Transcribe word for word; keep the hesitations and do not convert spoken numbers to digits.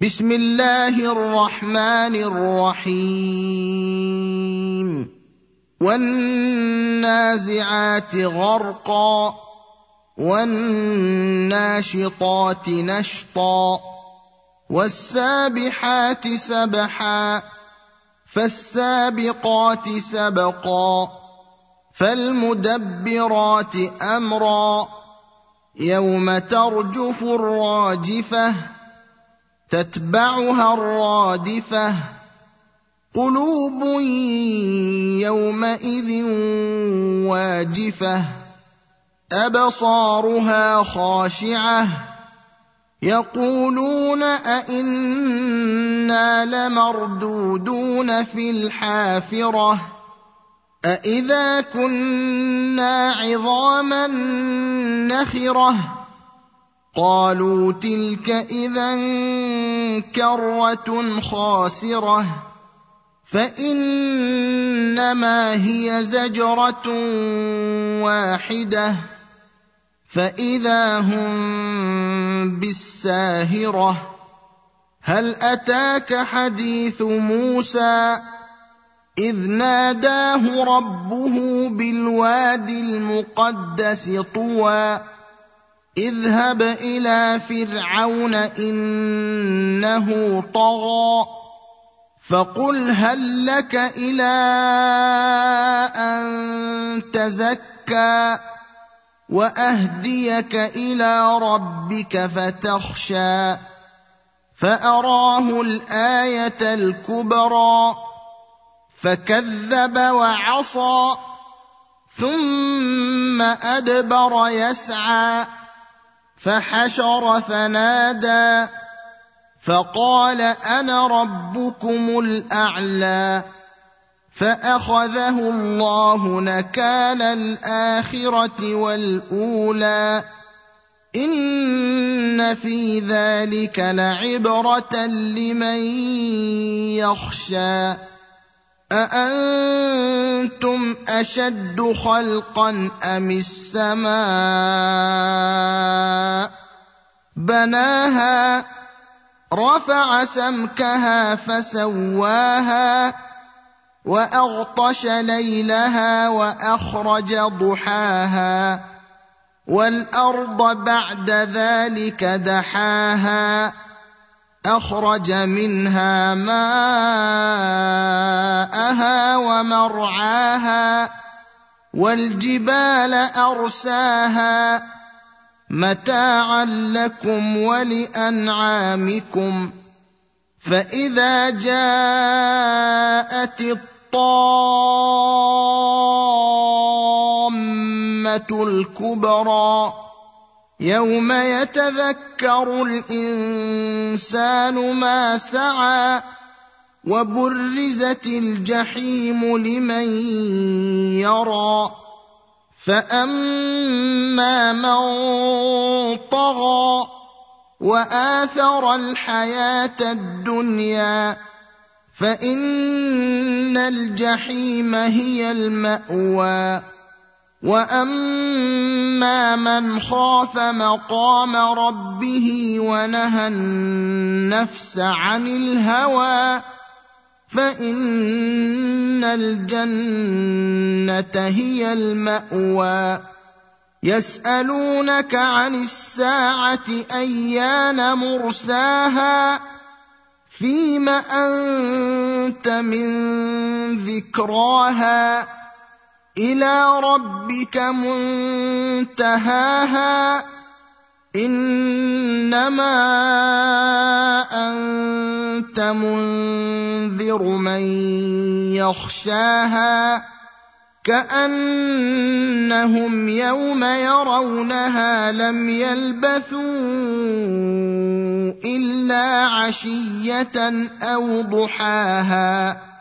بسم الله الرحمن الرحيم والنازعات غرقا والناشطات نشطا والسابحات سبحا فالسابقات سبقا فالمدبرات أمرا يوم ترجف الراجفة تتبعها الرادفة قلوب يومئذ واجفة أبصارها خاشعة يقولون أئنا لمردودون في الحافرة أئذا كنا عظاما نخرة قالوا تلك إذا كرة خاسرة فإنما هي زجرة واحدة فإذا هم بالساهرة هل أتاك حديث موسى إذ ناداه ربه بالواد المقدس طوى اذهب إلى فرعون إنه طغى فقل هل لك إلى أن تزكى وأهديك إلى ربك فتخشى فأراه الآية الكبرى فكذب وعصى ثم أدبر يسعى فحشر فنادى فقال أنا ربكم الأعلى فأخذه الله نكال الآخرة والأولى إن في ذلك لعبرة لمن يخشى أأنتم أشد خلقا أم السماء بناها رفع سمكها فسواها وأغطش ليلها وأخرج ضحاها والأرض بعد ذلك دحاها أخرج منها ماءها ومرعاها والجبال أرساها متاعا لكم ولأنعامكم فإذا جاءت الطامة الكبرى يوم يتذكر الإنسان ما سعى وبرزت الجحيم لمن يرى فأما من طغى وآثر الحياة الدنيا فإن الجحيم هي المأوى وأما من خاف مقام ربه ونهى النفس عن الهوى فإن الجنة هي المأوى يسألونك عن الساعة أيان مرساها فيم أنت من ذكراها إلى ربك منتهاها إنما أنت منذر من يخشاها كأنهم يوم يرونها لم يلبثوا إلا عشية أو ضحاها